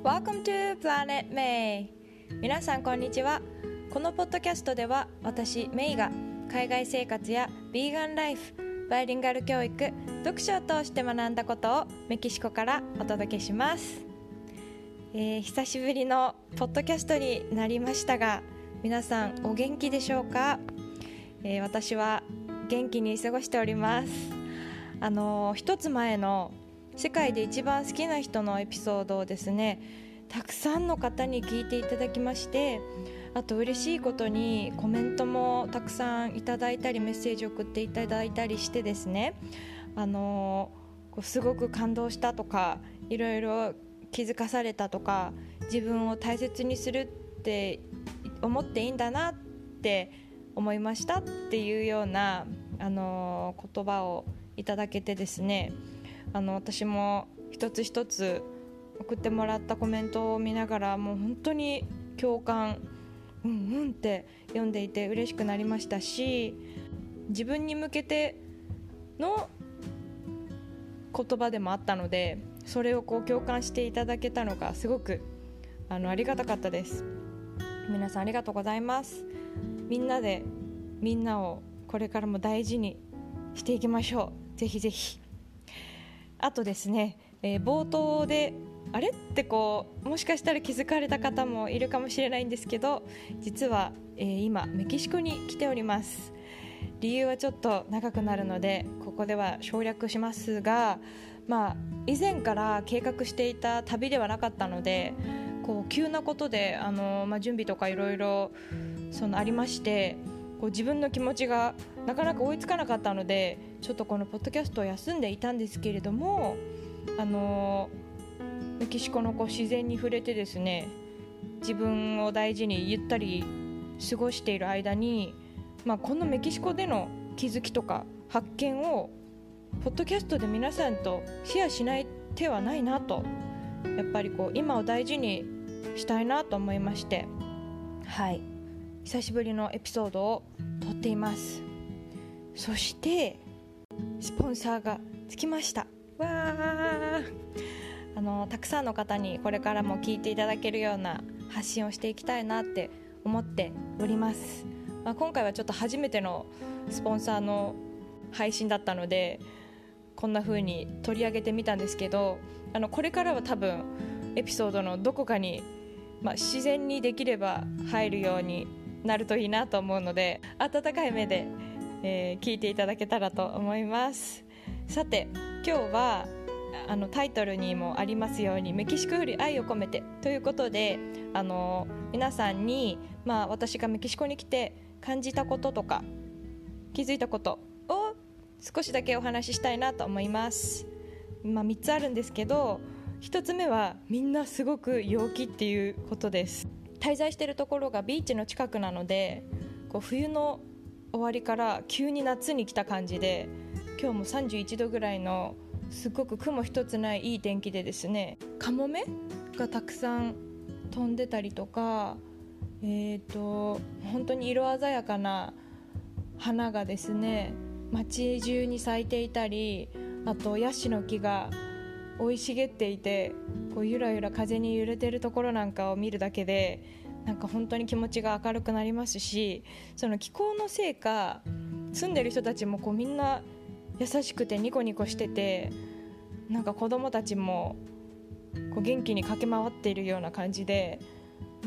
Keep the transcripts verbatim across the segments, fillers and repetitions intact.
Welcome to Planet May。 皆さんこんにちは。このポッドキャストでは私メイが海外生活やビーガンライフ、バイリンガル教育、読書を通して学んだことをメキシコからお届けします。えー、久しぶりのポッドキャストになりましたが、皆さんお元気でしょうか？えー、私は元気に過ごしております。あのー、一つ前の世界で一番好きな人のエピソードをですね、たくさんの方に聞いていただきまして、あと嬉しいことにコメントもたくさんいただいたり、メッセージを送っていただいたりしてですね、あのー、こうすごく感動したとか、いろいろ気づかされたとか、自分を大切にするって思っていいんだなって思いましたっていうような、あのー、言葉をいただけてですね、あの私も一つ一つ送ってもらったコメントを見ながら、もう本当に共感、うんうんって読んでいて嬉しくなりましたし、自分に向けての言葉でもあったので、それをこう共感していただけたのがすごく あのありがたかったです。皆さんありがとうございます。みんなでみんなをこれからも大事にしていきましょう。ぜひぜひ。あとですね、えー、冒頭であれってこうもしかしたら気づかれた方もいるかもしれないんですけど、実は、えー、今メキシコに来ております。理由はちょっと長くなるのでここでは省略しますが、まあ、以前から計画していた旅ではなかったので、こう急なことであの、まあ、準備とかいろいろそのありまして、こう自分の気持ちがなかなか追いつかなかったので、ちょっとこのポッドキャストを休んでいたんですけれども、あのメキシコのこう自然に触れてですね、自分を大事にゆったり過ごしている間に、まあ、このメキシコでの気づきとか発見をポッドキャストで皆さんとシェアしない手はないなと、やっぱりこう今を大事にしたいなと思いまして、はい久しぶりのエピソードを撮っています。そしてスポンサーがつきました。わー、あのたくさんの方にこれからも聞いていただけるような発信をしていきたいなって思っております。まあ、今回はちょっと初めてのスポンサーの配信だったのでこんな風に取り上げてみたんですけど、あのこれからは多分エピソードのどこかに、まあ、自然にできれば入るようになるといいなと思うので、温かい目で、えー、聞いていただけたらと思います。さて今日はあのタイトルにもありますように、メキシコより愛を込めてということで、あの皆さんに、まあ、私がメキシコに来て感じたこととか気づいたことを少しだけお話ししたいなと思います。まあ、みっつあるんですけど、ひとつめはみんなすごく陽気っていうことです。滞在しているところがビーチの近くなので、こう冬の終わりから急に夏に来た感じで、今日もさんじゅういちどぐらいのすごく雲一つないいい天気でですね、カモメがたくさん飛んでたりとか、えーと本当に色鮮やかな花がですね街中に咲いていたり、あとヤシの木が生い茂っていて、こうゆらゆら風に揺れてるところなんかを見るだけでなんか本当に気持ちが明るくなりますし、その気候のせいか住んでる人たちもこうみんな優しくてニコニコしてて、なんか子供たちもこう元気に駆け回っているような感じで、うん、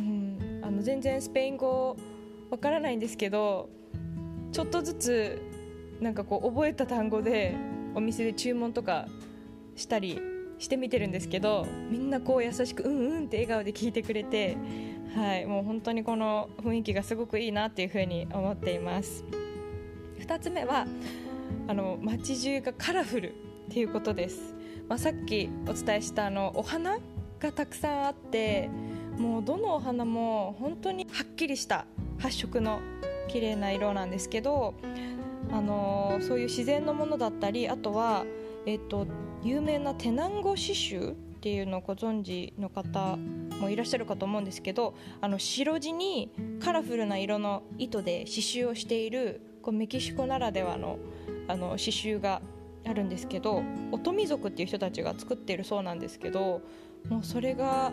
あの全然スペイン語わからないんですけど、ちょっとずつなんかこう覚えた単語でお店で注文とかしたりしてみてるんですけど、みんなこう優しくうんうんって笑顔で聞いてくれて、はい、もう本当にこの雰囲気がすごくいいなっていうふうに思っています。ふたつめはあの街中がカラフルっていうことです。まあ、さっきお伝えしたあのお花がたくさんあって、もうどのお花も本当にはっきりした発色の綺麗な色なんですけど、あのそういう自然のものだったり、あとは、えっと、有名なテナンゴ刺繍っていうのをご存知の方もいらっしゃるかと思うんですけど、あの白地にカラフルな色の糸で刺繍をしているこうメキシコならではの、あの刺繍があるんですけど、オトミ族っていう人たちが作っているそうなんですけど、もうそれが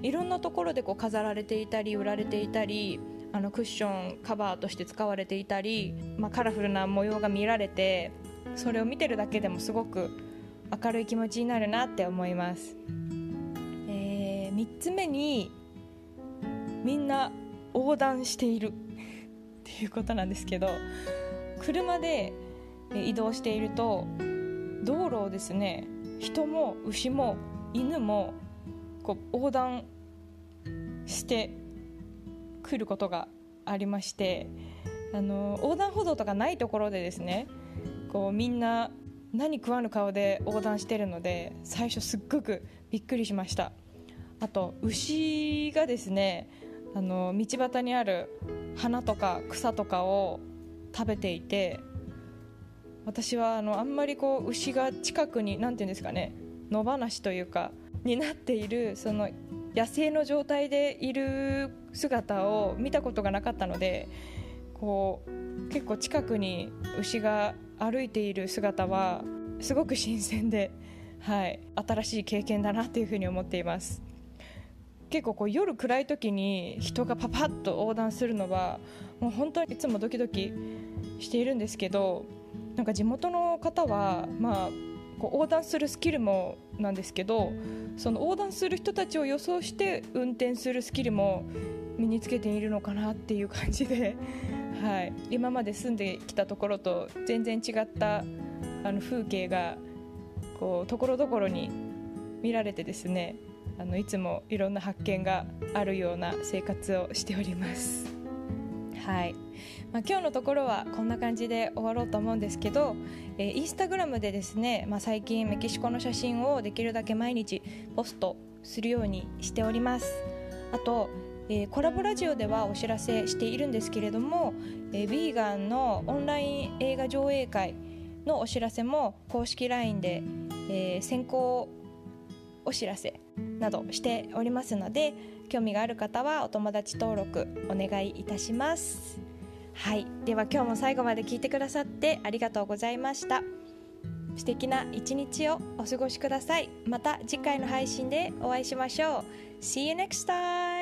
いろんなところでこう飾られていたり売られていたり、あのクッションカバーとして使われていたり、まあ、カラフルな模様が見られて、それを見てるだけでもすごく明るい気持ちになるなって思います。えー、みっつめにみんな横断しているっていうことなんですけど、車で移動していると道路をですね、人も牛も犬もこう横断してくることがありまして、あの横断歩道とかないところでですね、こうみんな何食わぬ顔で横断してるので、最初すっごくびっくりしました。あと牛がですね、あの道端にある花とか草とかを食べていて、私はあのあんまりこう牛が近くになんていうんですかね、野放しというかになっている、その野生の状態でいる姿を見たことがなかったので、こう結構近くに牛が歩いている姿はすごく新鮮で、はい、新しい経験だなというふうに思っています。結構こう夜暗い時に人がパパッと横断するのはもう本当にいつもドキドキしているんですけど、なんか地元の方は、まあ、こう横断するスキルもなんですけど、その横断する人たちを予想して運転するスキルも身につけているのかなっていう感じで、はい、今まで住んできたところと全然違ったあの風景がこうところどころに見られてですね、あのいつもいろんな発見があるような生活をしております。はい、まあ、今日のところはこんな感じで終わろうと思うんですけど、えー、インスタグラムでですね、まあ、最近メキシコの写真をできるだけ毎日ポストするようにしております。あと、えー、コラボラジオではお知らせしているんですけれども、えー、ビーガンのオンライン映画上映会のお知らせも公式 ライン で、えー、先行お知らせなどしておりますので、興味がある方はお友達登録お願いいたします。はい、では今日も最後まで聞いてくださってありがとうございました。素敵な一日をお過ごしください。また次回の配信でお会いしましょう。See you next time!